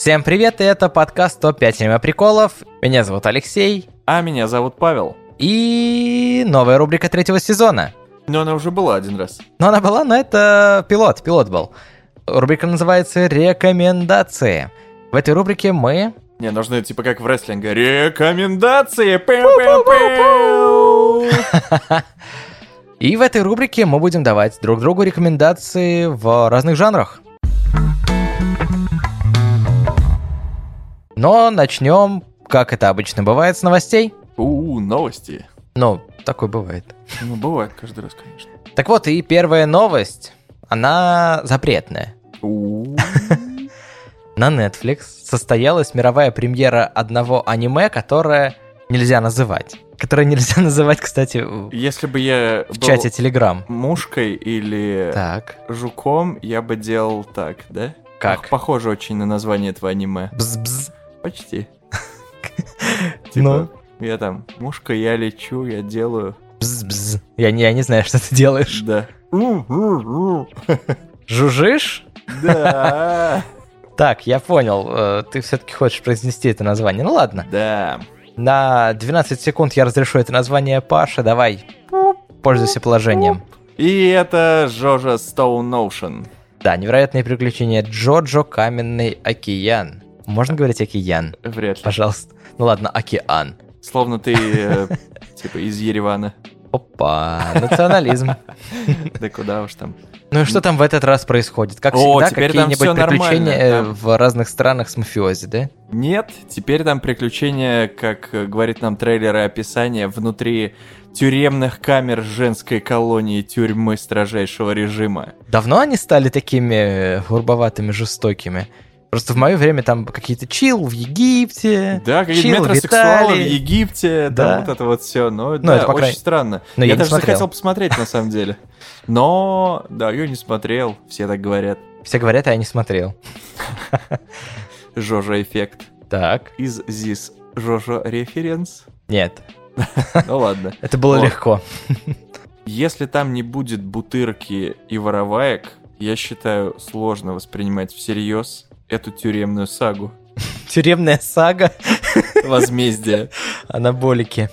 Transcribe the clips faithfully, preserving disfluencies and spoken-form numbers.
Всем привет, и это подкаст топ пять аниме-приколов. Меня зовут Алексей. А меня зовут Павел. И новая рубрика третьего сезона. Но она уже была один раз. Но она была, но это пилот, пилот был. Рубрика называется «Рекомендации». В этой рубрике мы... Не, нужно типа как в рестлинге. Рекомендации! Пэу-пэу-пэу! И в этой рубрике мы будем давать друг другу рекомендации в разных жанрах. Но начнем, как это обычно бывает, с новостей. У, новости. Ну, такое бывает. Ну, бывает каждый раз, конечно. Так вот, и первая новость, она запретная. У. На Netflix состоялась мировая премьера одного аниме, которое нельзя называть. Которое нельзя называть, кстати, Если бы я в был чате Telegram. мушкой или Так, жуком, я бы делал так, да? как? Похоже очень на название этого аниме. Бз-бз. Почти. Ну, Типа, я там, мушка, я лечу, я делаю. бз-бз. Я не, я не знаю, что ты делаешь. Да. Жужжишь? Да. Так, я понял. э, Ты все-таки хочешь произнести это название. Ну ладно. Да. На двенадцать секунд я разрешу это название Паше. Давай, пользуйся положением. И это Джоджо Stone Ocean. Да, невероятные приключения Джоджо Каменный океан. Можно говорить океан? Вряд ли. Пожалуйста. Ну ладно, океан. Словно ты, э, типа, из Еревана. Опа, национализм. Да куда уж там. Ну и что там в этот раз происходит? Как О, всегда, теперь там какие-нибудь всё приключения нормально, э, там. в разных странах с мафиози, да? Нет, теперь там приключения, как э, говорит нам трейлер и описание, внутри тюремных камер женской колонии тюрьмы строжайшего режима. Давно они стали такими э, грубоватыми, жестокими? Просто в мое время там какие-то чил в Египте, Да, какие-то чил в метросексуалы в Италии. Египте, Да. да, вот это вот все. Ну, Ну, да, это, по очень крайней- странно. Но я я не даже смотрел. захотел посмотреть, на самом деле. Но, да, я не смотрел, все так говорят. Все говорят, а я не смотрел. Жожо эффект. Так, Из this Жожо референс. нет, Ну ладно. это было Вот. легко. Если там не будет бутырки и вороваек, я считаю, сложно воспринимать всерьез эту тюремную сагу. Тюремная сага, Возмездие. анаболики.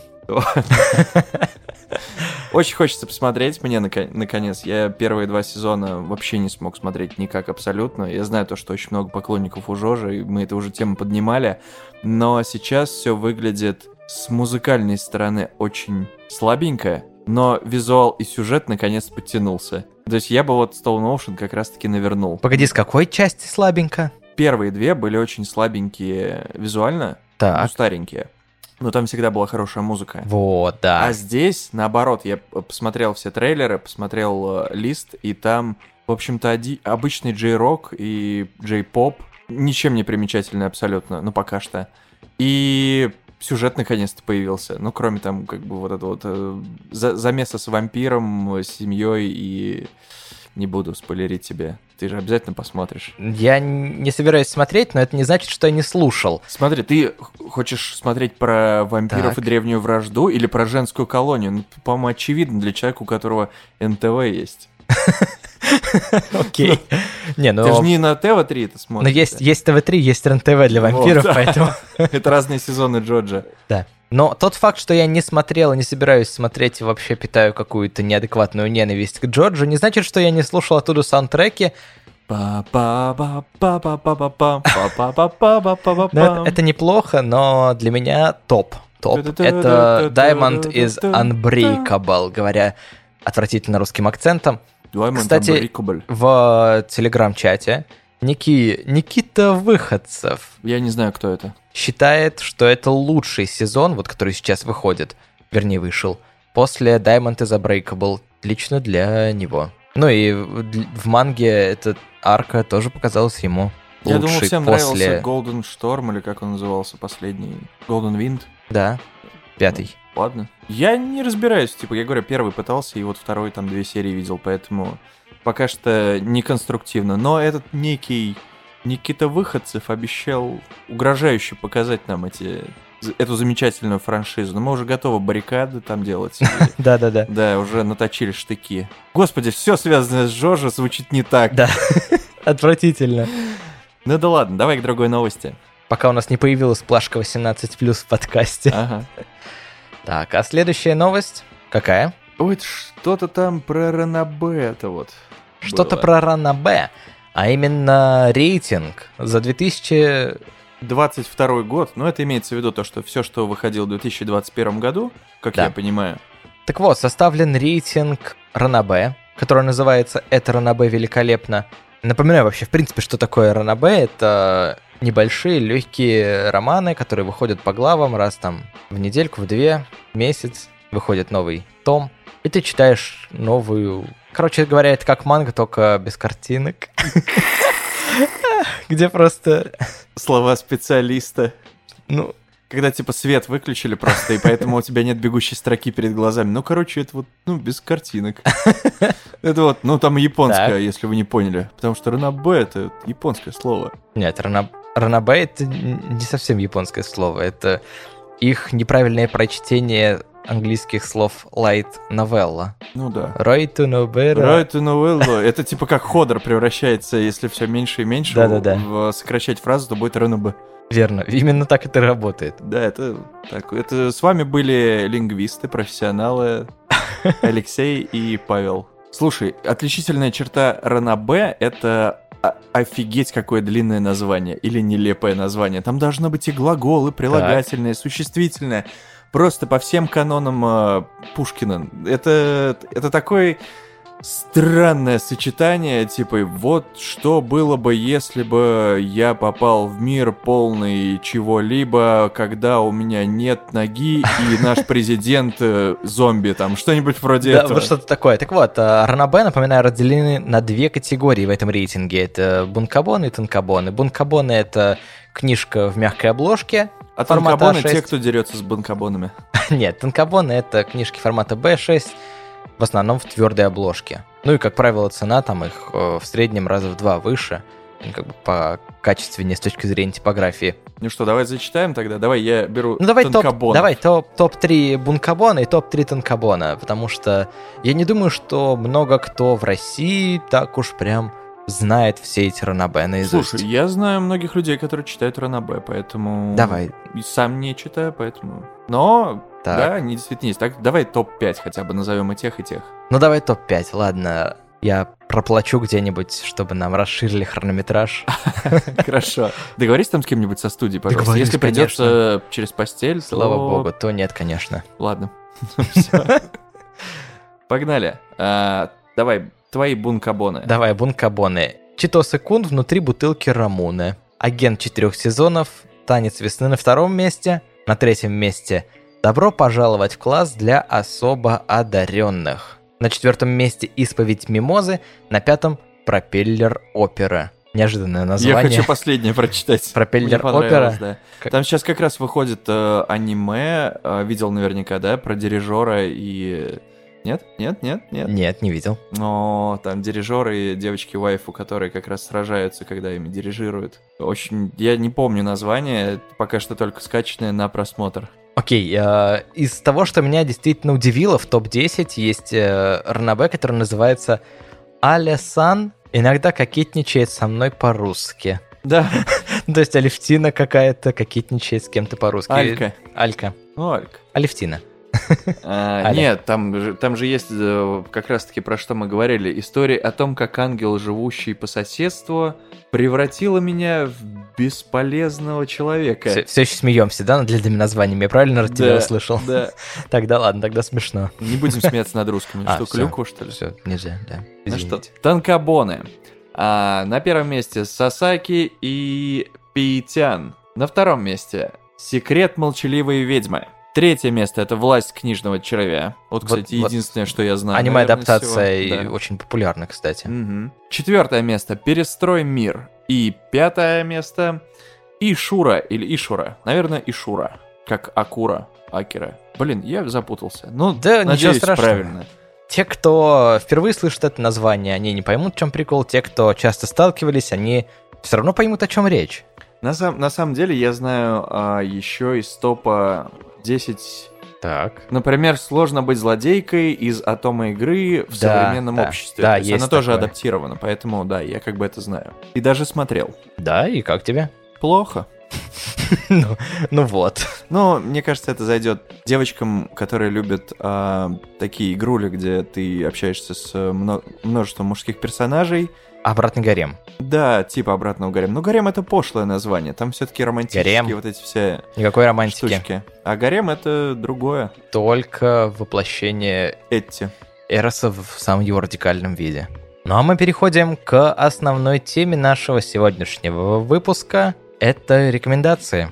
Очень хочется посмотреть мне, нако- наконец. Я первые два сезона вообще не смог смотреть никак абсолютно. Я знаю то, что очень много поклонников у Жожи, и мы эту уже тему поднимали. Но сейчас все выглядит с музыкальной стороны очень слабенько, но визуал и сюжет наконец подтянулся. То есть я бы вот Stone Ocean как раз-таки навернул. Погоди, с какой части слабенько? Первые две были очень слабенькие визуально, ну, Так, старенькие. Но там всегда была хорошая музыка. вот, да. А здесь, наоборот, я п- посмотрел все трейлеры, посмотрел э, лист, и там, в общем-то, оди- обычный джей-рок и джей-поп, ничем не примечательный абсолютно, ну, пока что. И сюжет наконец-то появился, ну, кроме там, как бы, вот этого вот э, за- замеса с вампиром, э, с семьей, и не буду спойлерить тебе. Ты же обязательно посмотришь. Я н- не собираюсь смотреть, но это не значит, что я не слушал. Смотри, ты х- хочешь смотреть про вампиров Так. и древнюю вражду или про женскую колонию? Ну, по-моему, очевидно для человека, у которого эн тэ вэ есть. Окей. Не, Ты же ну... не на тэ вэ три это Но смотришь. есть, есть тэ вэ три, есть эр эн тэ вэ для Вот, вампиров, да. поэтому... Это разные сезоны Джоджо. Да. Но тот факт, что я не смотрел и не собираюсь смотреть, и вообще питаю какую-то неадекватную ненависть к Джоджо, не значит, что я не слушал оттуда саундтреки. Па-па-па-па-па-па-пам, Но па-па-па-па-па-па-пам. это, это неплохо, но для меня топ. Топ. Это Diamond is Unbreakable, говоря отвратительно русским акцентом. Diamond Кстати, Unbreakable. В телеграм-чате Ники... Никита Выходцев Я не знаю, кто это. считает, что это лучший сезон, вот который сейчас выходит, вернее вышел, после Diamond is Unbreakable, лично для него. Ну и в в манге эта арка тоже показалась ему Я думал, лучшей всем после... нравился Golden Storm, или как он назывался последний. Golden Wind. Да, пятый. Ладно. Я не разбираюсь, типа, я говорю, первый пытался, и вот второй там две серии видел, поэтому пока что неконструктивно. Но этот некий Никита Выходцев обещал угрожающе показать нам эти, эту замечательную франшизу. Но мы уже готовы баррикады там делать. Да-да-да. Да, уже наточили штыки. Господи, все связанное с Джоджо звучит не так. Да, отвратительно. Ну да ладно, давай к другой новости. Пока у нас не появилась плашка восемнадцать плюс в подкасте. Ага. Так, а следующая новость какая? Ой, это что-то там про Ранобэ это вот. Что-то было. про Ранобэ, а именно рейтинг за две тысячи... двадцать второй год, но это имеется в виду то, что все, что выходило в две тысячи двадцать первом году, как Да. я понимаю. Так вот, составлен рейтинг Ранобэ, который называется «Это Ранобэ великолепно». Напоминаю вообще, в принципе, что такое Ранобэ. Это небольшие, легкие романы, которые выходят по главам раз там в недельку, в две, в месяц. Выходит новый том, и ты читаешь новую... Короче говоря, это как манга, только без картинок. Где просто... Слова специалиста. Ну, Когда типа свет выключили просто, и поэтому у тебя нет бегущей строки перед глазами. Ну, короче, это вот, ну, без картинок. Это вот, ну, там японское, Так. если вы не поняли. Потому что ранобэ — это японское слово. нет, рана... Ранобэ — это не совсем японское слово. Это их неправильное прочтение английских слов light novella. Ну да. Right to novella. Right to novella. Это типа как ходор превращается, если все меньше и меньше. Да-да-да. в- Сокращать фразу, то будет ранобэ. Верно, именно так это работает. Да, это так. Это с вами были лингвисты, профессионалы Алексей и Павел. Слушай, отличительная черта ранобэ — это о- офигеть какое длинное название или нелепое название. Там должно быть и глаголы, прилагательное, существительное. Просто по всем канонам э, Пушкина. Это, это такое странное сочетание, типа, вот что было бы, если бы я попал в мир полный чего-либо, когда у меня нет ноги и наш президент э, зомби, там, что-нибудь вроде Да, этого. вот что-то такое. Так вот, а, ранобэ, напоминаю, разделены на две категории в этом рейтинге. Это бункабоны и танкабоны. Бункабоны — это книжка в мягкой обложке. А формата танкабоны а шесть. те, кто дерется с банкабонами. Нет, танкабоны — это книжки формата бэ шесть, в основном в твердой обложке. Ну и, как правило, цена там их э, в среднем раза в два выше, ну, как бы по качественнее с точки зрения типографии. Ну что, давай зачитаем тогда. Давай я беру Ну давай топ, танкабонов. давай топ, топ-три бункабона и топ-три танкабона, потому что я не думаю, что много кто в России так уж прям знает все эти ранобэ наизусть. Слушай, я знаю многих людей, которые читают ранобэ, поэтому... Давай. И сам не читаю, поэтому... Но, Так. да, они действительно есть. Так, давай топ пять хотя бы назовем и тех, и тех. Ну давай топ пять, ладно. Я проплачу где-нибудь, чтобы нам расширили хронометраж. Хорошо. Договорись там с кем-нибудь со студии, пожалуйста. Договорюсь, Если придется через постель, Слава то... богу, то нет, конечно. Ладно. Всё. Погнали. А, Давай, твои бункабоны. Давай, бункабоны. Читосы Кун внутри бутылки Рамуны. Агент четырех сезонов. Танец весны на втором месте. На третьем месте Добро пожаловать в класс для особо одаренных. На четвертом месте Исповедь мимозы. На пятом Пропеллер опера. Неожиданное название. Я хочу последнее прочитать. Пропеллер Мне понравилось, опера. да. Как- Там сейчас как раз выходит э, аниме, э, видел наверняка, да, про дирижера и... Нет? Нет? Нет? Нет? Нет, не видел. Но там дирижеры и девочки-вайфу, которые как раз сражаются, когда ими дирижируют. Очень... Я не помню название, пока что только скачанное на просмотр. Окей, э, из того, что меня действительно удивило, в топ десять есть э, ранобэ, который называется Аля-сан иногда кокетничает со мной по-русски. Да, Ну, то есть Алевтина какая-то кокетничает с кем-то по-русски. Алька. Алька. Ну, Алька. Алевтина. А, Аля. нет, там же, там же есть э, как раз-таки про что мы говорили. История о том, как ангел, живущий по соседству, превратила меня в бесполезного человека. Все, все еще смеемся, да, над длинными названиями? Я правильно Да, тебя услышал? Да. Тогда ладно, тогда смешно. Не будем смеяться над русскими. А, Что, всё. клюква, что ли? Все, нельзя, да. Ну что, Извините. танкабоны. А, на первом месте Сасаки и Пиитян. На втором месте Секрет молчаливой ведьмы. Третье место — это Власть книжного червя. Вот, Вот- кстати, вот единственное, что я знаю. Аниме-адаптация и наверное, всего. очень популярна, кстати. Да. Мгм. Четвертое место Перестрой мир. И пятое место Ишура или Ишура. Наверное, Ишура. Как Акура, Акира. Блин, я запутался. Ну, Да, ничего надеюсь, страшного. правильно. Те, кто впервые слышит это название, они не поймут, в чем прикол. Те, кто часто сталкивались, они все равно поймут, о чем речь. На, сам- на самом деле я знаю а, еще из топа десять Так. Например, сложно быть злодейкой из «Атома игры» в Да, современном да, обществе. да, То есть есть она тоже такое. адаптирована, поэтому да, я как бы это знаю. И даже смотрел. Да, и как тебе? Плохо. ну, ну вот. Но мне кажется, это зайдет девочкам, которые любят а, такие игрули, где ты общаешься с мно- множеством мужских персонажей. Обратный гарем. Да, типа обратного гарем. Ну, гарем — это пошлое название. Там все-таки романтические Гарем. вот эти все Никакой романтики. штучки. А гарем — это другое. Только воплощение Эти. Эроса в самом его радикальном виде. Ну а мы переходим к основной теме нашего сегодняшнего выпуска. Это рекомендации.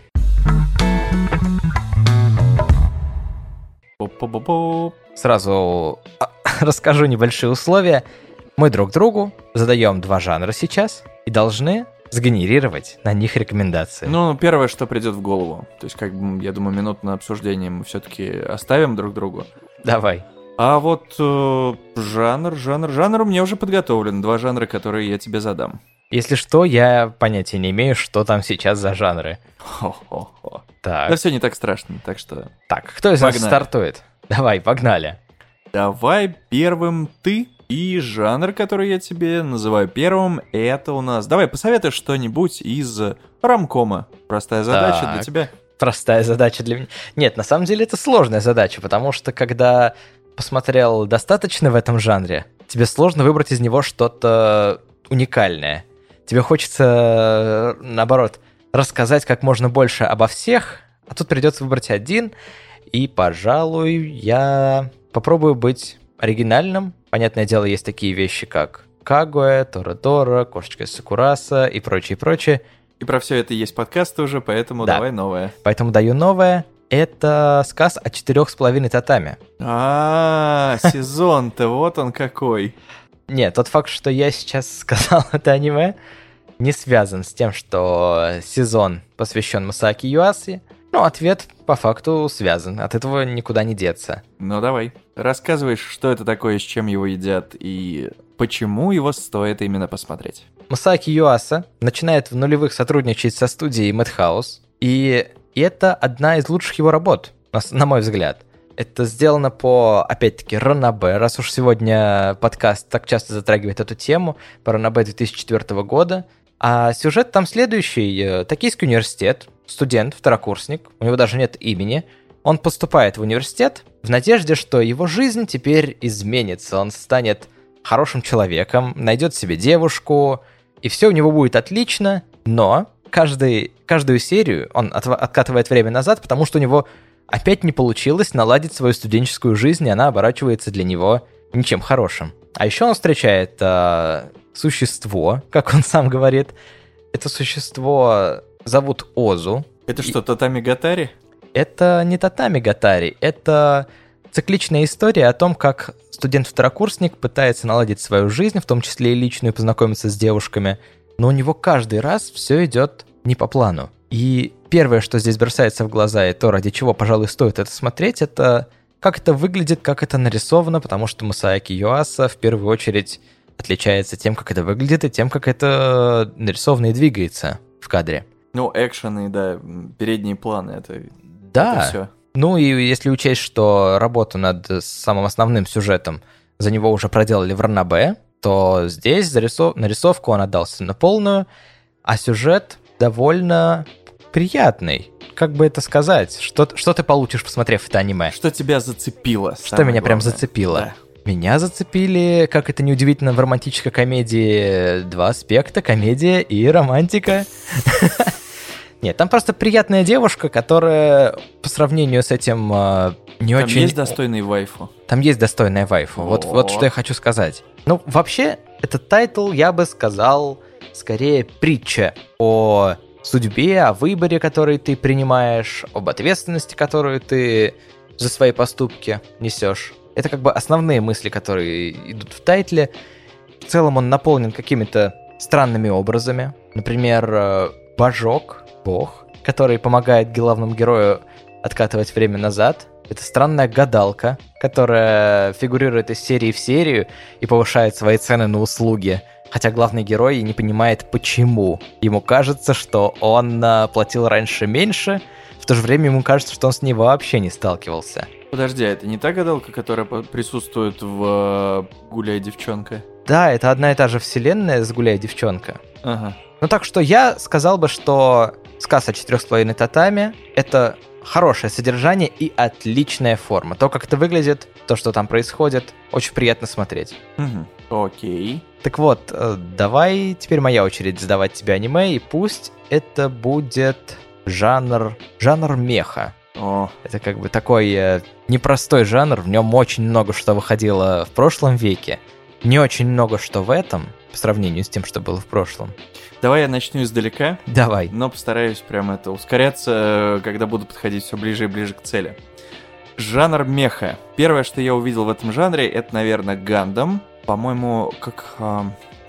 Поп-поп-поп. Сразу а, расскажу небольшие условия. Мы друг другу задаем два жанра сейчас и должны сгенерировать на них рекомендации. Ну, первое, что придет в голову. То есть, как бы, я думаю, минуту на обсуждение мы все-таки оставим друг другу. Давай. А вот э, жанр, жанр, жанр у меня уже подготовлен. Два жанра, которые я тебе задам. Если что, я понятия не имею, что там сейчас за жанры. Хо-хо-хо. Так, Да все не так страшно, так что... так, кто из нас Погнали. стартует? Давай, погнали. Давай первым ты. И жанр, который я тебе называю первым, это у нас... Давай, посоветуй что-нибудь из ромкома. Простая задача Так. для тебя. Простая задача для меня. Нет, на самом деле это сложная задача, потому что когда посмотрел достаточно в этом жанре, тебе сложно выбрать из него что-то уникальное. Тебе хочется, наоборот, рассказать как можно больше обо всех, а тут придется выбрать один, и, пожалуй, я попробую быть оригинальным. Понятное дело, есть такие вещи, как Кагуэ, Торадора, Кошечка из Сакураса и прочее, прочее. И про все это есть подкасты уже, поэтому Да. давай новое. Поэтому даю новое. Это сказ о четырех с половиной татами. А, сезон-то вот он какой. Нет, тот факт, что я сейчас сказал это аниме, не связан с тем, что сезон посвящен Масааки Юасе. Ну, ответ по факту связан. От этого никуда не деться. Ну давай, рассказывай, что это такое, с чем его едят и почему его стоит именно посмотреть. Масааки Юаса начинает в нулевых сотрудничать со студией Madhouse, и это одна из лучших его работ, на, на мой взгляд. Это сделано по, опять-таки, Ранобэ, раз уж сегодня подкаст так часто затрагивает эту тему, по Ранобэ две тысячи четвёртого года. А сюжет там следующий. Токийский университет, студент, второкурсник, у него даже нет имени. Он поступает в университет в надежде, что его жизнь теперь изменится, он станет хорошим человеком, найдет себе девушку, и все у него будет отлично, но каждый, каждую серию он от, откатывает время назад, потому что у него опять не получилось наладить свою студенческую жизнь, и она оборачивается для него ничем хорошим. А еще он встречает э, существо, как он сам говорит. Это существо зовут Озу. Это что, Татами Гатари? Это не Татами Гатари, это цикличная история о том, как студент-второкурсник пытается наладить свою жизнь, в том числе и личную, познакомиться с девушками, но у него каждый раз все идет не по плану. И первое, что здесь бросается в глаза, и то, ради чего, пожалуй, стоит это смотреть, это как это выглядит, как это нарисовано, потому что Масааки Юаса в первую очередь отличается тем, как это выглядит, и тем, как это нарисовано и двигается в кадре. Ну, экшены, да, передние планы, это, Да, это все. ну и если учесть, что работу над самым основным сюжетом за него уже проделали в Ранобэ, то здесь зарисов... нарисовку он отдался на полную, а сюжет довольно приятный. Как бы это сказать? Что, что ты получишь, посмотрев это аниме? Что тебя зацепило? Что меня прям зацепило? Да. Меня зацепили, как это неудивительно, в романтической комедии два аспекта, комедия и романтика. Нет, там просто приятная девушка, которая по сравнению с этим э, не Там очень... есть достойный вайфу? Там есть достойная вайфу. Вот, О. вот что я хочу сказать. Ну, вообще, этот тайтл, я бы сказал, скорее притча о судьбе, о выборе, который ты принимаешь, об ответственности, которую ты за свои поступки несешь. Это как бы основные мысли, которые идут в тайтле. В целом он наполнен какими-то странными образами. Например, божок, бог, который помогает главному герою откатывать время назад. Это странная гадалка, которая фигурирует из серии в серию и повышает свои цены на услуги. Хотя главный герой не понимает, почему. Ему кажется, что он платил раньше меньше, то же время ему кажется, что он с ней вообще не сталкивался. Подожди, а это не та гадалка, которая присутствует в «Гуляй, девчонка»? Да, это одна и та же вселенная с «Гуляй, девчонка». Ага. Ну так что я сказал бы, что сказ о четырех с половиной татами — это хорошее содержание и отличная форма. То, как это выглядит, то, что там происходит, очень приятно смотреть. Угу. Окей. Так вот, давай теперь моя очередь задавать тебе аниме, и пусть это будет жанр, жанр меха. О. Это как бы такой э, непростой жанр, в нем очень много что выходило в прошлом веке, не очень много что в этом, по сравнению с тем, что было в прошлом. Давай я начну издалека. Давай. Но постараюсь прям это ускоряться, когда буду подходить все ближе и ближе к цели. Жанр меха. Первое, что я увидел в этом жанре, это, наверное, Гандам. По-моему, как... Э,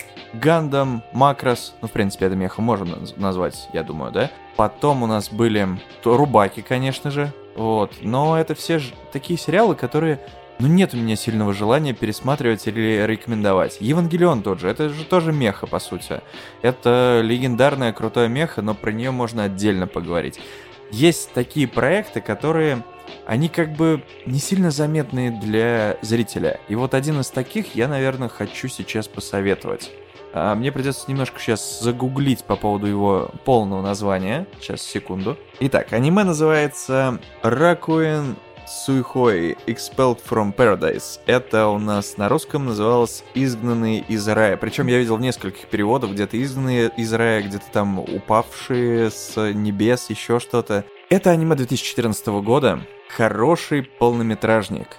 Гандам, Макрос. Ну, в принципе, это меха можно назвать, я думаю, да? Потом у нас были Рубаки, конечно же. Вот. Но это все же такие сериалы, которые... Ну, нет у меня сильного желания пересматривать или рекомендовать. Евангелион тот же, это же тоже меха, по сути. Это легендарная крутая меха, но про нее можно отдельно поговорить. Есть такие проекты, которые, они как бы не сильно заметны для зрителя. И вот один из таких я, наверное, хочу сейчас посоветовать. А, мне придется немножко сейчас загуглить по поводу его полного названия. Сейчас, секунду. Итак, аниме называется «Ракуэн Суйхой Expelled from Paradise». Это у нас на русском называлось «Изгнанные из рая». Причем я видел в нескольких переводах, где-то «Изгнанные из рая», где-то там «Упавшие с небес», еще что-то. Это аниме две тысячи четырнадцатого года. Хороший полнометражник.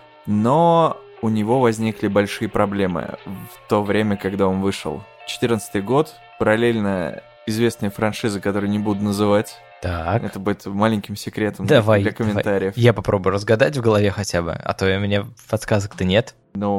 Но у него возникли большие проблемы в то время, когда он вышел. четырнадцатый год, параллельно известные франшизы, которые не буду называть. Так. Это будет маленьким секретом давай, для комментариев. Давай. Я попробую разгадать в голове хотя бы, а то у меня подсказок-то нет.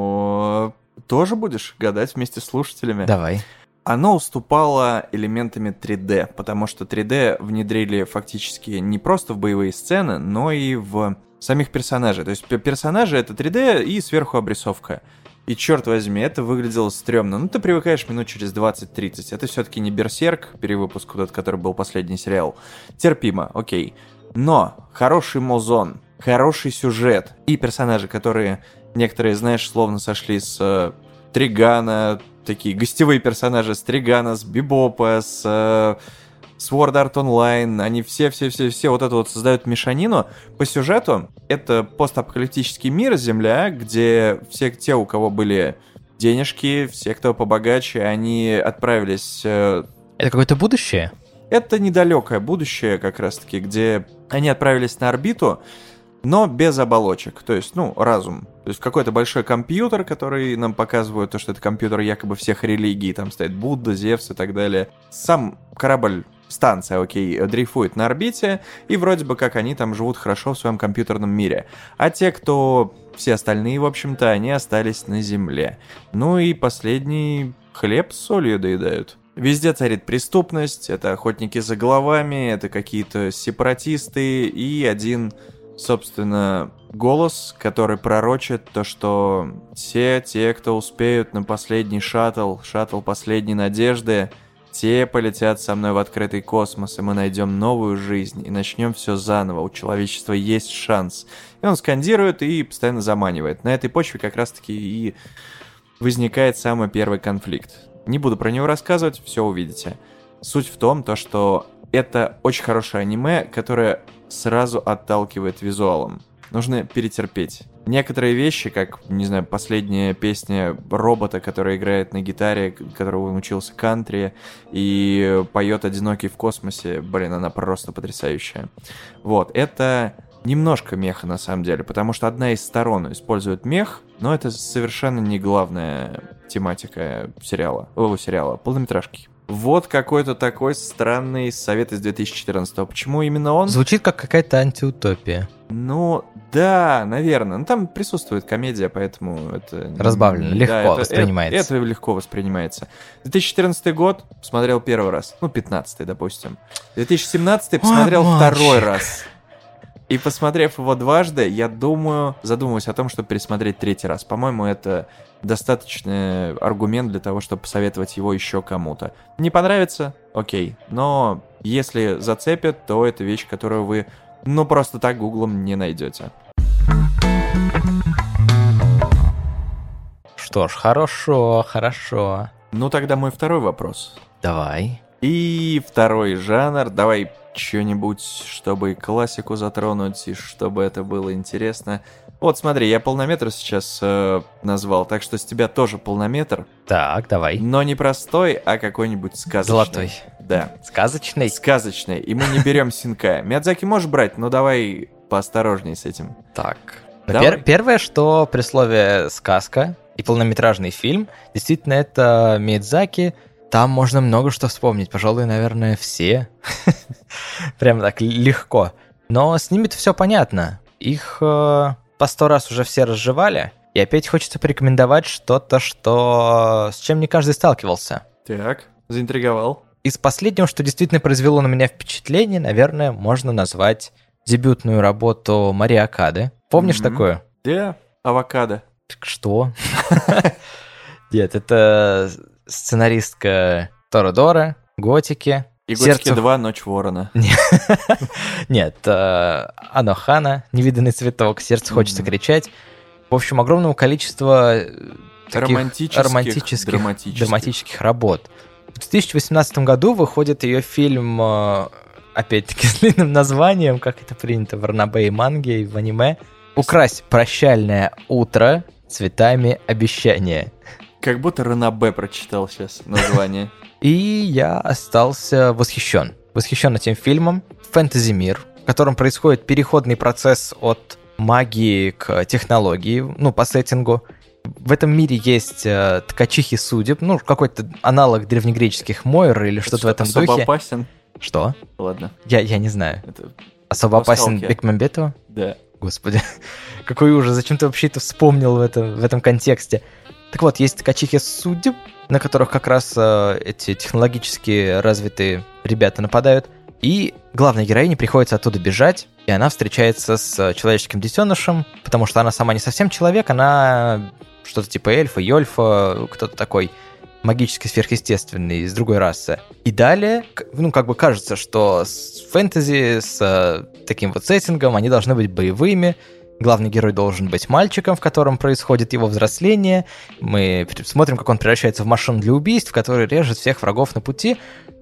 Но тоже будешь гадать вместе с слушателями. Давай. Оно уступало элементами три дэ, потому что три дэ внедрили фактически не просто в боевые сцены, но и в самих персонажей. То есть персонажи — это три дэ и сверху обрисовка. И, черт возьми, это выглядело стрёмно. Ну, ты привыкаешь минут через двадцать-тридцать. Это все-таки не Берсерк, перевыпуск, вот этот, который был последний сериал. Терпимо, окей. Но хороший музон, хороший сюжет и персонажи, которые некоторые, знаешь, словно сошли с э, Тригана, такие гостевые персонажи с Тригана, с Бибопа, с... Э, Sword Art Online, они все-все-все-все вот это вот создают мешанину. По сюжету это постапокалиптический мир, Земля, где все те, у кого были денежки, все, кто побогаче, они отправились... Это какое-то будущее? Это недалекое будущее, как раз-таки, где они отправились на орбиту, но без оболочек, то есть, ну, разум. То есть какой-то большой компьютер, который нам показывает, то, что это компьютер якобы всех религий, там стоит Будда, Зевс и так далее. Сам корабль... Станция, окей, дрейфует на орбите, и вроде бы как они там живут хорошо в своем компьютерном мире. А те, кто... Все остальные, в общем-то, они остались на Земле. Ну и последний хлеб с солью доедают. Везде царит преступность, это охотники за головами, это какие-то сепаратисты и один, собственно, голос, который пророчит то, что все те, кто успеют на последний шаттл, шаттл последней надежды, те полетят со мной в открытый космос, и мы найдем новую жизнь, и начнем все заново, у человечества есть шанс. И он скандирует и постоянно заманивает. На этой почве как раз-таки и возникает самый первый конфликт. Не буду про него рассказывать, все увидите. Суть в том, то, что это очень хорошее аниме, которое сразу отталкивает визуалом. Нужно перетерпеть. Некоторые вещи, как, не знаю, последняя песня робота, который играет на гитаре, которого он учился кантри, и поет «Одинокий в космосе», блин, она просто потрясающая. Вот, это немножко меха на самом деле, потому что одна из сторон использует мех, но это совершенно не главная тематика сериала, о, сериала, полнометражки. Вот какой-то такой странный совет из две тысячи четырнадцатого. Почему именно он? Звучит как какая-то антиутопия. Ну, да, наверное. Ну, там присутствует комедия, поэтому это... Разбавлено, легко да, это, воспринимается. Это, это легко воспринимается. две тысячи четырнадцатый год посмотрел первый раз. Ну, пятнадцатый, допустим. две тысячи семнадцатый посмотрел О, второй раз. И посмотрев его дважды, я думаю, задумываюсь о том, чтобы пересмотреть третий раз. По-моему, это достаточный аргумент для того, чтобы посоветовать его еще кому-то. Не понравится? Окей. Но если зацепит, то это вещь, которую вы ну просто так гуглом не найдете. Что ж, хорошо, хорошо. Ну тогда мой второй вопрос. Давай. И второй жанр, давай что-нибудь, чтобы классику затронуть, и чтобы это было интересно. Вот смотри, я полнометр сейчас э, назвал, так что с тебя тоже полнометр. Так, давай. Но не простой, а какой-нибудь сказочный. Золотой. Да. Сказочный? Сказочный. И мы не берем Синкая. Миядзаки можешь брать, но давай поосторожней с этим. Так. Ну, Давай. пер- первое, что при слове «сказка» и полнометражный фильм, действительно, это Миядзаки. Там можно много что вспомнить. Пожалуй, наверное, все. Прям так легко. Но с ними-то все понятно. Их э, по сто раз уже все разжевали. И опять хочется порекомендовать что-то, что... с чем не каждый сталкивался. Так, заинтриговал. Из последнего, что действительно произвело на меня впечатление, наверное, можно назвать дебютную работу Мари Окады. Помнишь Мгм. такое? Да, авокадо. Что? Нет, это сценаристка Торадора, Готики. И Готики Сердце- два, Ночь Ворона. Нет, э, Анохана, Невиданный цветок, сердце хочется Мгм. кричать. В общем, огромного количества э, таких Романтических, романтических, драматических. драматических работ. В две тысячи восемнадцатом году выходит ее фильм, э, опять-таки, с длинным названием, как это принято в ранобэ и манге, и в аниме. «Укрась прощальное утро цветами обещания». Как будто Ранобэ прочитал сейчас название. И я остался восхищен. Восхищен этим фильмом. Фэнтези-мир, в котором происходит переходный процесс от магии к технологии, ну, по сеттингу. В этом мире есть э, ткачихи судеб, ну, какой-то аналог древнегреческих Мойр или что-то в этом Особо духе. опасен. Что? Ладно, Я, я не знаю. это... Особо опасен Пасхалки. Бекмамбетова? Да. Господи, какой ужас, зачем ты вообще это вспомнил в этом, в этом контексте? Так вот, есть ткачихи судеб, на которых как раз э, эти технологически развитые ребята нападают, и главной героине приходится оттуда бежать, и она встречается с человеческим детенышем, потому что она сама не совсем человек, она что-то типа эльфа, йольфа, кто-то такой магически сверхъестественный, из другой расы. И далее, к- ну, как бы кажется, что с фэнтези, с э, таким вот сеттингом они должны быть боевыми, главный герой должен быть мальчиком, в котором происходит его взросление, мы пр- смотрим, как он превращается в машину для убийств, который режет всех врагов на пути,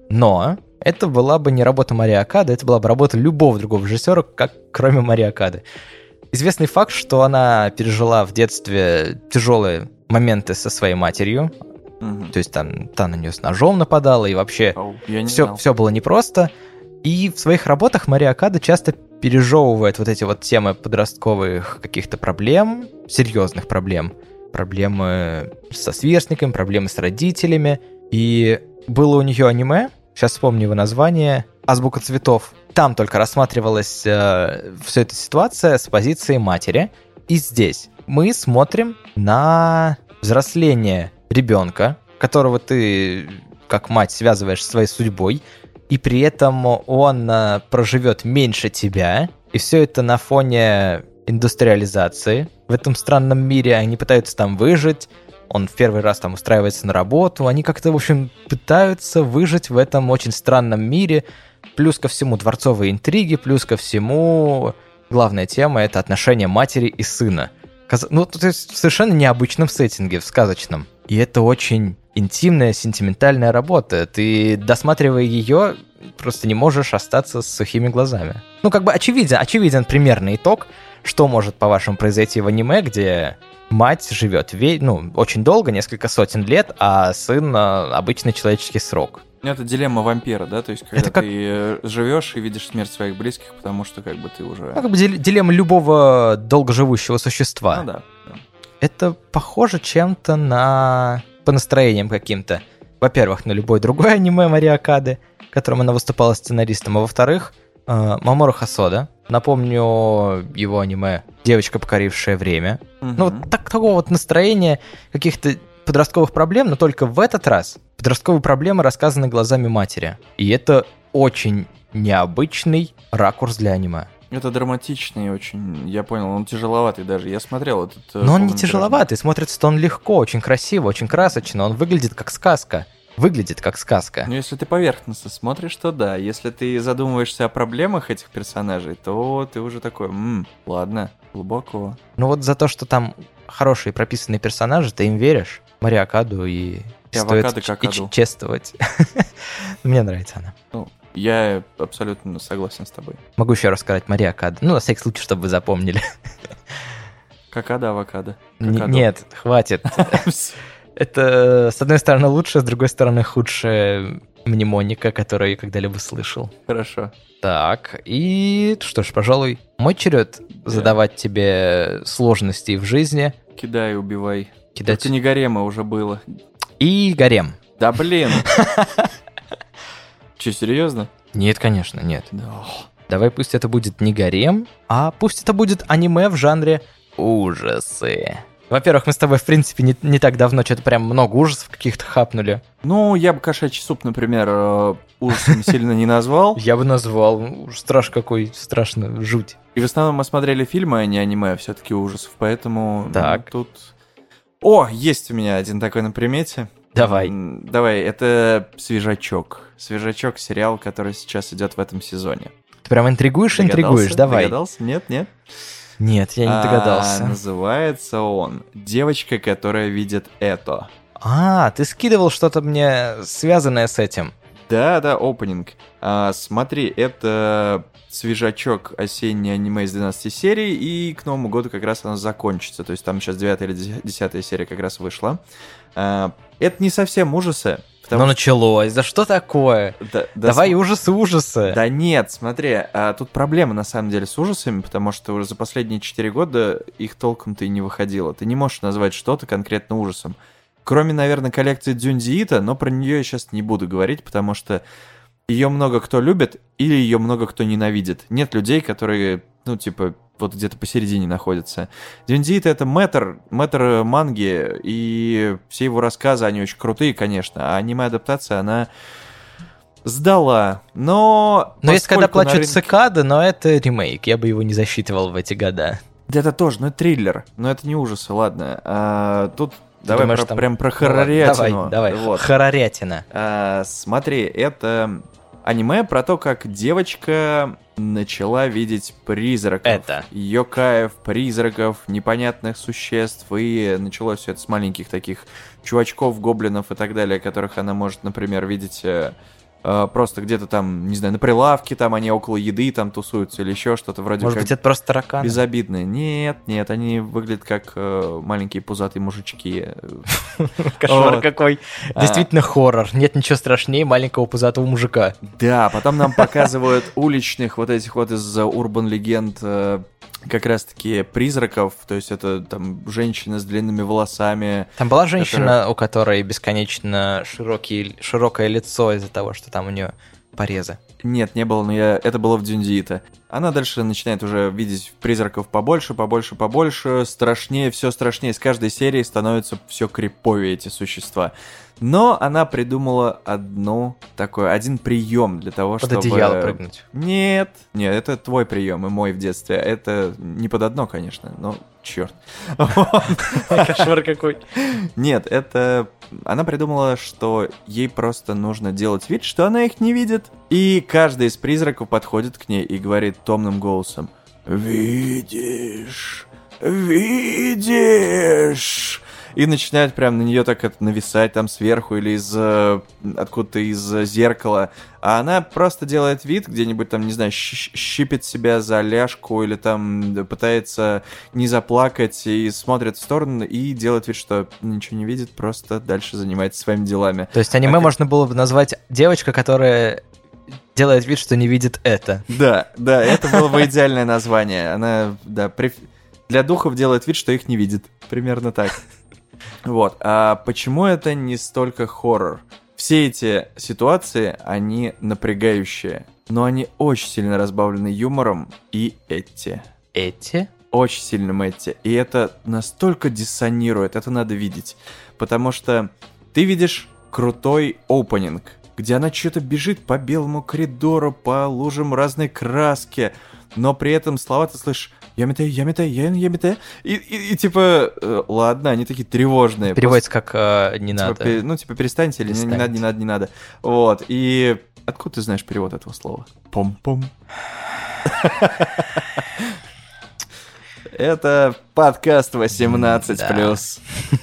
но это была бы не работа Мари Окады, это была бы работа любого другого режиссера, как кроме Мари Окады. Известный факт, что она пережила в детстве тяжелые моменты со своей матерью, Мгм. то есть там та на нее с ножом нападала, и вообще Ау, я не все, знал. все было непросто. И в своих работах Мари Окада часто пережевывает вот эти вот темы подростковых каких-то проблем, серьезных проблем, проблемы со сверстниками, проблемы с родителями. И было у нее аниме, сейчас вспомню его название, «Азбука цветов». Там только рассматривалась э, вся эта ситуация с позиции матери. И здесь мы смотрим на взросление ребенка, которого ты, как мать, связываешь с своей судьбой, и при этом он э, проживет меньше тебя, и все это на фоне индустриализации. В этом странном мире они пытаются там выжить, он в первый раз там устраивается на работу, они как-то, в общем, пытаются выжить в этом очень странном мире, плюс ко всему дворцовые интриги, плюс ко всему главная тема — это отношения матери и сына. Каз- Ну, то есть в совершенно необычном сеттинге, в сказочном. И это очень интимная, сентиментальная работа. Ты, досматривая ее, просто не можешь остаться с сухими глазами. Ну, как бы очевиден, очевиден примерный итог, что может, по-вашему, произойти в аниме, где мать живет ве- ну, очень долго, несколько сотен лет, а сын а, обычный человеческий срок. Ну, это дилемма вампира, да? То есть, когда Это как- ты э, живешь и видишь смерть своих близких, потому что как бы ты уже... Ну, как бы дил- дилемма любого долгоживущего существа. Ну да. да. Это похоже чем-то на... по настроениям каким-то. Во-первых, на любое другое аниме Мари Окады, в котором она выступала сценаристом, а во-вторых, э, Мамору Хосода. Напомню его аниме «Девочка, покорившая время». Ну, Мгм. вот так, такого вот настроения, каких-то подростковых проблем, но только в этот раз подростковые проблемы рассказаны глазами матери. И это очень необычный ракурс для аниме. Это драматичный очень, я понял, он тяжеловатый даже. Я смотрел этот... э, Но он не полнометражный. тяжеловатый, смотрится-то он легко, очень красиво, очень красочно, он выглядит как сказка. выглядит как сказка. Ну, если ты поверхностно смотришь, то да. Если ты задумываешься о проблемах этих персонажей, то ты уже такой, ммм, ладно, глубоко. Ну вот за то, что там хорошие прописанные персонажи, ты им веришь, Мариакаду, и Я стоит авокадо ч- и какаду. ч- чествовать. Мне нравится она. Ну, я абсолютно согласен с тобой. Могу еще раз сказать Мариакаду. Ну, на всякий случай, чтобы вы запомнили. Какада, авокадо. Н- Какаду. Нет, хватит. Это, с одной стороны, лучшее, с другой стороны, худшая мнемоника, которую я когда-либо слышал. Хорошо. Так, и что ж, пожалуй, мой черед задавать тебе сложности в жизни. Кидай, убивай. Кидать. Это не гарема уже было. И гарем. Да блин. Че, серьезно? Нет, конечно, нет. Да. Давай пусть это будет не гарем, а пусть это будет аниме в жанре ужасы. Во-первых, мы с тобой, в принципе, не, не так давно что-то прям много ужасов каких-то хапнули. Ну, я бы кошачий суп, например, э, ужасом сильно не назвал. Я бы назвал. Уж страш какой, страшно, жуть. И в основном мы смотрели фильмы, а не аниме, все-таки ужасов, поэтому ну, Так. тут... О, есть у меня один такой на примете. Давай. М, Давай, это «Свежачок». «Свежачок» — сериал, который сейчас идет в этом сезоне. Ты прям интригуешь, Догадался? интригуешь, давай. Догадался? Нет, нет? Нет, я не А, догадался. называется он «Девочка, которая видит это». А, ты скидывал что-то мне связанное с этим. Да, да, опенинг. А, смотри, это свежачок осеннее аниме из двенадцати серий, и к Новому году как раз оно закончится. То есть там сейчас девятая или десятая серия как раз вышла. А, это не совсем ужасы. Ну началось, да что такое? Да, да Давай см... ужасы-ужасы. Да нет, смотри, а, тут проблема на самом деле с ужасами, потому что уже за последние четыре года их толком-то и не выходило. Ты не можешь назвать что-то конкретно ужасом. Кроме, наверное, коллекции Дзюнзиита, но про нее я сейчас не буду говорить, потому что ее много кто любит или ее много кто ненавидит. Нет людей, которые, ну, типа, вот где-то посередине находятся. Дзюнзиита — это мэтр, мэтр манги, и все его рассказы, они очень крутые, конечно, а аниме-адаптация, она сдала, но... Но есть когда плачут рынке... цикады, но это ремейк, я бы его не засчитывал в эти года. Да это тоже, ну это триллер, но это не ужасы, ладно. А, тут... Давай думаешь, про, там... прям про Ну, хоррорятину. давай, давай, вот. хоррорятина. А, смотри, это аниме про то, как девочка начала видеть призраков. Это. Йокаев, призраков, непонятных существ. И началось все это с маленьких таких чувачков, гоблинов и так далее, которых она может, например, видеть... Просто где-то там, не знаю, на прилавке, там они около еды там тусуются или еще что-то вроде Может как... быть, это просто тараканы? Безобидные. Нет, нет, они выглядят как э, маленькие пузатые мужички. Кошмар какой. Действительно хоррор. Нет ничего страшнее маленького пузатого мужика. Да, потом нам показывают уличных вот этих вот из Urban Legend как раз-таки призраков, то есть это там женщина с длинными волосами. Там была женщина, которая... у которой бесконечно широкий, широкое лицо из-за того, что там у нее порезы. Нет, не было, но я... это было в Дзюнзиита. Она дальше начинает уже видеть призраков побольше, побольше, побольше, страшнее, все страшнее. С каждой серии становятся все криповее эти существа. Но она придумала одну такой, один прием для того, под чтобы... Под одеяло прыгнуть. Нет, нет, это твой прием и мой в детстве. Это не под одно, конечно, но черт. Кошмар какой. Нет, это... Она придумала, что ей просто нужно делать вид, что она их не видит. И каждый из призраков подходит к ней и говорит томным голосом: «Видишь? Видишь?» И начинает прям на нее так это нависать там сверху или из откуда-то из зеркала. А она просто делает вид, где-нибудь там, не знаю, щипит себя за ляжку или там пытается не заплакать и смотрит в сторону и делает вид, что ничего не видит, просто дальше занимается своими делами. То есть аниме а можно было бы назвать «Девочка, которая делает вид, что не видит это». Да, да, это было бы идеальное название. Она, да, при... для духов делает вид, что их не видит. Примерно так. Вот. А почему это не столько хоррор? Все эти ситуации, они напрягающие, но они очень сильно разбавлены юмором и эти. Эти? Очень сильным эти. И это настолько диссонирует, это надо видеть. Потому что ты видишь крутой опенинг, где она что-то бежит по белому коридору, по лужам разной краски, но при этом слова ты слышишь «Ямите, ямите, ямите», и, и, и типа, э, ладно, они такие тревожные. Переводится как э, «не типа, надо». Пер, ну, типа, перестаньте или не, не надо, не надо, не надо. Вот, и откуда ты знаешь перевод этого слова? Пом-пом. Это подкаст восемнадцать плюс.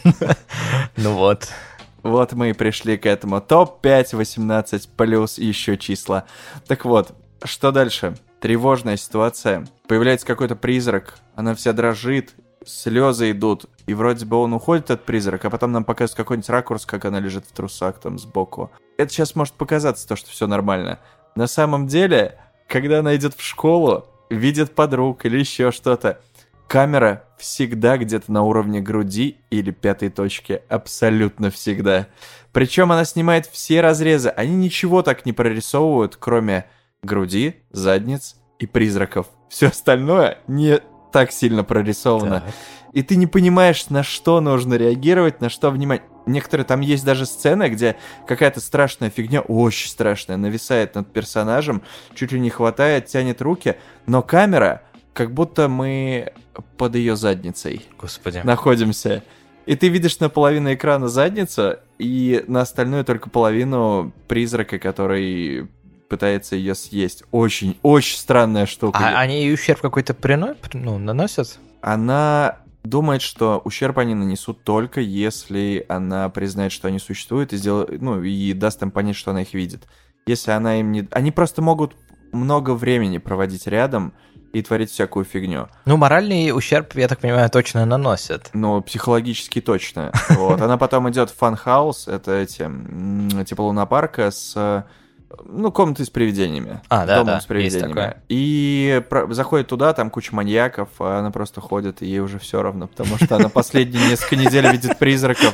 Ну вот. Вот мы и пришли к этому. топ пять восемнадцать плюс еще числа. Так вот, что дальше? Тревожная ситуация. Появляется какой-то призрак, она вся дрожит, слезы идут, и вроде бы он уходит от призрака, а потом нам показывают какой-нибудь ракурс, как она лежит в трусах там сбоку. Это сейчас может показаться то, что все нормально. На самом деле, когда она идет в школу, видит подруг или еще что-то, камера всегда где-то на уровне груди или пятой точки. Абсолютно всегда. Причем она снимает все разрезы. Они ничего так не прорисовывают, кроме груди, задниц и призраков. Все остальное не так сильно прорисовано. Так. И ты не понимаешь, на что нужно реагировать, на что внимать. Некоторые там есть даже сцены, где какая-то страшная фигня, очень страшная, нависает над персонажем, чуть ли не хватает, тянет руки, но камера, как будто мы под ее задницей Господи. находимся. И ты видишь наполовину экрана задницу, и на остальную только половину призрака, который пытается ее съесть. Очень, очень странная штука. А они ей ущерб какой-то приносят, ну, наносят? Она думает, что ущерб они нанесут только если она признает, что они существуют, и сделает, ну, и даст им понять, что она их видит. Если она им не... Они просто могут много времени проводить рядом и творить всякую фигню. Ну, моральный ущерб, я так понимаю, точно наносят. Ну, психологически точно. Вот. Она потом идет в фан-хаус, это эти, типа лунопарка с... Ну, комнаты с привидениями. А, да, Домом да, с привидениями. есть такое. И про- заходит туда, там куча маньяков, а она просто ходит, и ей уже все равно, потому что она последние несколько недель видит призраков.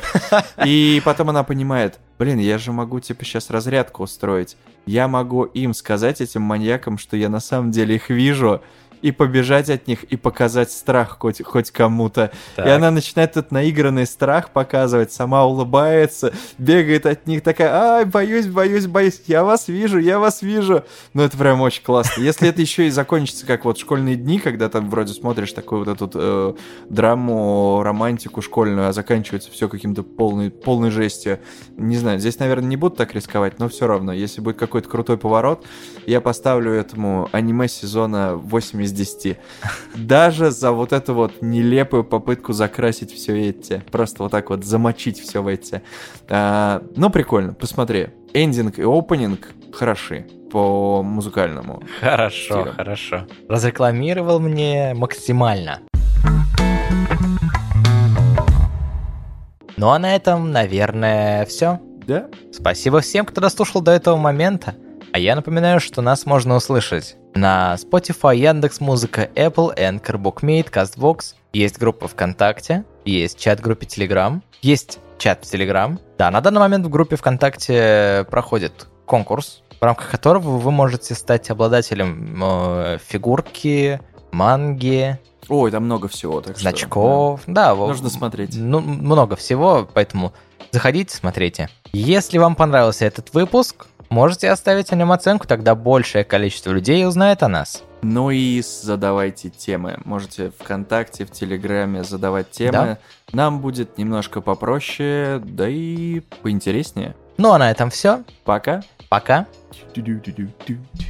И потом она понимает, блин, я же могу, типа, сейчас разрядку устроить. Я могу им сказать, этим маньякам, что я на самом деле их вижу, и побежать от них, и показать страх хоть, хоть кому-то. Так. И она начинает этот наигранный страх показывать, сама улыбается, бегает от них, такая, ай, боюсь, боюсь, боюсь, я вас вижу, я вас вижу. Ну, это прям очень классно. Если это еще и закончится, как вот школьные дни, когда там вроде смотришь такую вот эту э, драму, романтику школьную, а заканчивается все каким-то полной, полной жестью. Не знаю, здесь, наверное, не буду так рисковать, но все равно, если будет какой-то крутой поворот, я поставлю этому аниме сезона восемь из десяти. Даже за вот эту вот нелепую попытку закрасить все эти. Просто вот так вот замочить все в эти. А, ну, прикольно, посмотри. Эндинг и опенинг хороши по музыкальному. Хорошо, стилю. Хорошо. Разрекламировал мне максимально. Ну а на этом, наверное, все. Да. Спасибо всем, кто дослушал до этого момента. А я напоминаю, что нас можно услышать на Spotify, Яндекс.Музыка, Apple, Anchor, Bookmate, CastBox. Есть группа ВКонтакте, есть чат в группе Telegram, есть чат в Telegram. Да, на данный момент в группе ВКонтакте проходит конкурс, в рамках которого вы можете стать обладателем э, фигурки, манги, ой, там много всего, так значков. Что, да, да нужно смотреть. Ну, много всего, поэтому заходите, смотрите. Если вам понравился этот выпуск, можете оставить о нем оценку, тогда большее количество людей узнает о нас. Ну и задавайте темы. Можете ВКонтакте, в Телеграме задавать темы. Да. Нам будет немножко попроще, да и поинтереснее. Ну а на этом все. Пока. Пока.